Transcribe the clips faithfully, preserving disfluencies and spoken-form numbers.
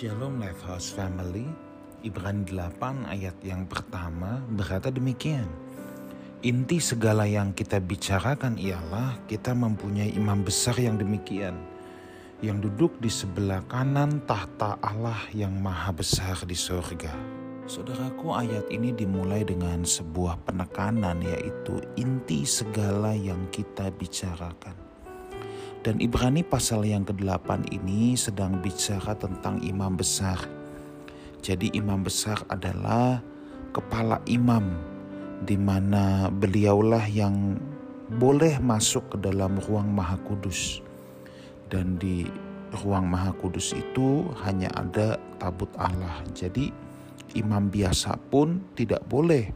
Shalom Lifehouse Family. Ibrani delapan ayat yang pertama berkata demikian. Inti segala yang kita bicarakan ialah kita mempunyai imam besar yang demikian, yang duduk di sebelah kanan tahta Allah yang maha besar di surga. Saudaraku, ayat ini dimulai dengan sebuah penekanan, yaitu inti segala yang kita bicarakan. Dan Ibrani pasal yang kedelapan ini sedang bicara tentang imam besar. Jadi imam besar adalah kepala imam, di mana beliaulah yang boleh masuk ke dalam ruang maha kudus. Dan di ruang maha kudus itu hanya ada tabut Allah. Jadi imam biasa pun tidak boleh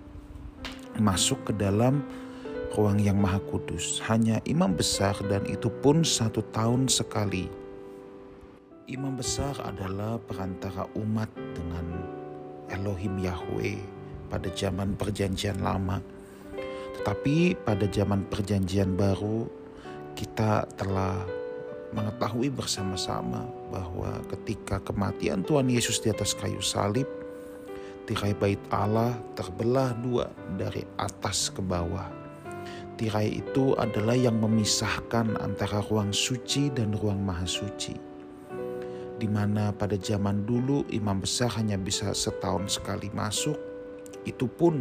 masuk ke dalam ruang yang maha kudus, hanya imam besar, dan itu pun satu tahun sekali. Imam besar adalah perantara umat dengan Elohim Yahweh pada zaman perjanjian lama. Tetapi pada zaman perjanjian baru kita telah mengetahui bersama-sama bahwa ketika kematian Tuhan Yesus di atas kayu salib, tirai bait Allah terbelah dua dari atas ke bawah. Tirai itu adalah yang memisahkan antara ruang suci dan ruang maha suci. Di mana pada zaman dulu imam besar hanya bisa setahun sekali masuk. Itu pun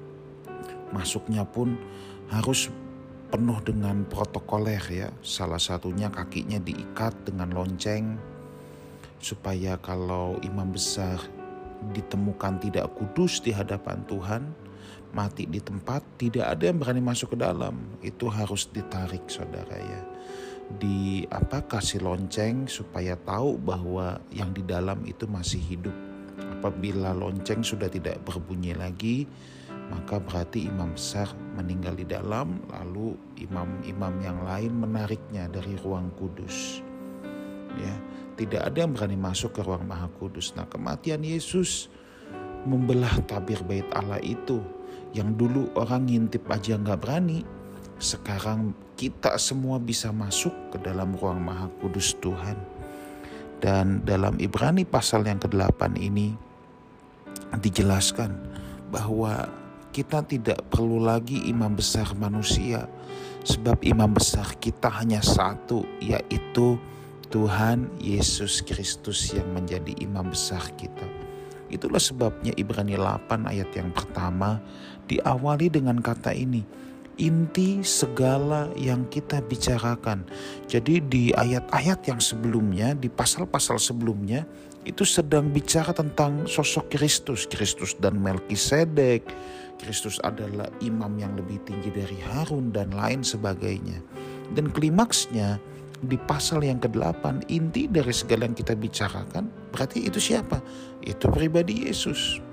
masuknya pun harus penuh dengan protokoler ya. Salah satunya kakinya diikat dengan lonceng supaya kalau imam besar ditemukan tidak kudus di hadapan Tuhan, mati di tempat, tidak ada yang berani masuk ke dalam. Itu harus ditarik, saudara ya. Di apa kasih lonceng supaya tahu bahwa yang di dalam itu masih hidup. Apabila lonceng sudah tidak berbunyi lagi, maka berarti imam besar meninggal di dalam, lalu imam-imam yang lain menariknya dari ruang kudus. Ya, tidak ada yang berani masuk ke ruang maha kudus. Nah, kematian Yesus membelah tabir bait Allah itu. Yang dulu orang ngintip aja gak berani, sekarang kita semua bisa masuk ke dalam ruang maha kudus Tuhan. Dan dalam Ibrani pasal yang kedelapan ini dijelaskan bahwa kita tidak perlu lagi imam besar manusia, sebab imam besar kita hanya satu, yaitu Tuhan Yesus Kristus yang menjadi imam besar kita. Itulah sebabnya Ibrani delapan ayat yang pertama diawali dengan kata ini, inti segala yang kita bicarakan. Jadi di ayat-ayat yang sebelumnya, di pasal-pasal sebelumnya, itu sedang bicara tentang sosok Kristus. Kristus dan Melkisedek, Kristus adalah imam yang lebih tinggi dari Harun dan lain sebagainya. Dan klimaksnya di pasal yang kedelapan, inti dari segala yang kita bicarakan, berarti itu siapa? Itu pribadi Yesus.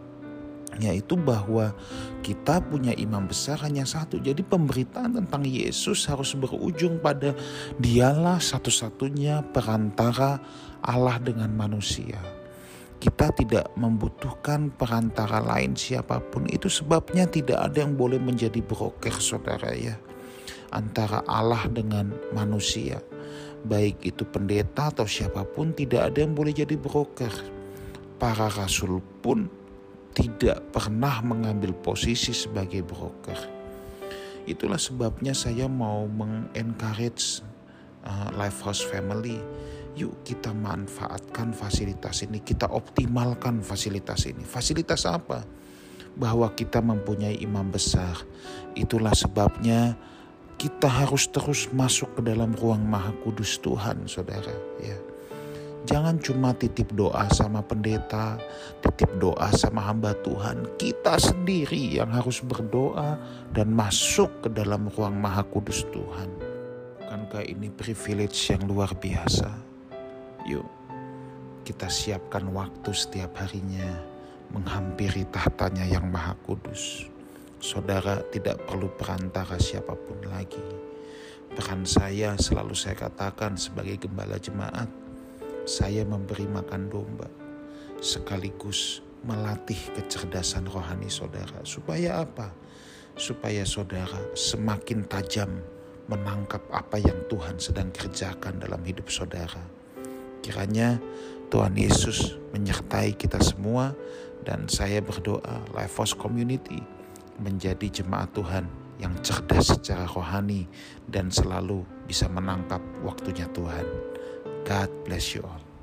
Yaitu bahwa kita punya imam besar hanya satu. Jadi pemberitaan tentang Yesus harus berujung pada dialah satu-satunya perantara Allah dengan manusia. Kita tidak membutuhkan perantara lain siapapun. Itu sebabnya tidak ada yang boleh menjadi broker, saudara ya, antara Allah dengan manusia. Baik itu pendeta atau siapapun, tidak ada yang boleh jadi broker. Para rasul pun tidak pernah mengambil posisi sebagai broker. Itulah sebabnya saya mau mengencourage uh, Lifehouse Family. Yuk kita manfaatkan fasilitas ini, kita optimalkan fasilitas ini. Fasilitas apa? Bahwa kita mempunyai imam besar. Itulah sebabnya kita harus terus masuk ke dalam ruang maha kudus Tuhan, saudara ya. Jangan cuma titip doa sama pendeta, titip doa sama hamba Tuhan. Kita sendiri yang harus berdoa dan masuk ke dalam ruang maha kudus Tuhan. Bukankah ini privilege yang luar biasa? Yuk, kita siapkan waktu setiap harinya menghampiri tahtanya yang maha kudus. Saudara tidak perlu perantara siapapun lagi. Peran saya selalu saya katakan sebagai gembala jemaat, saya memberi makan domba sekaligus melatih kecerdasan rohani saudara. Supaya apa? Supaya saudara semakin tajam menangkap apa yang Tuhan sedang kerjakan dalam hidup saudara. Kiranya Tuhan Yesus menyertai kita semua, dan saya berdoa Life Force Community menjadi jemaat Tuhan yang cerdas secara rohani dan selalu bisa menangkap waktunya Tuhan. God bless you all.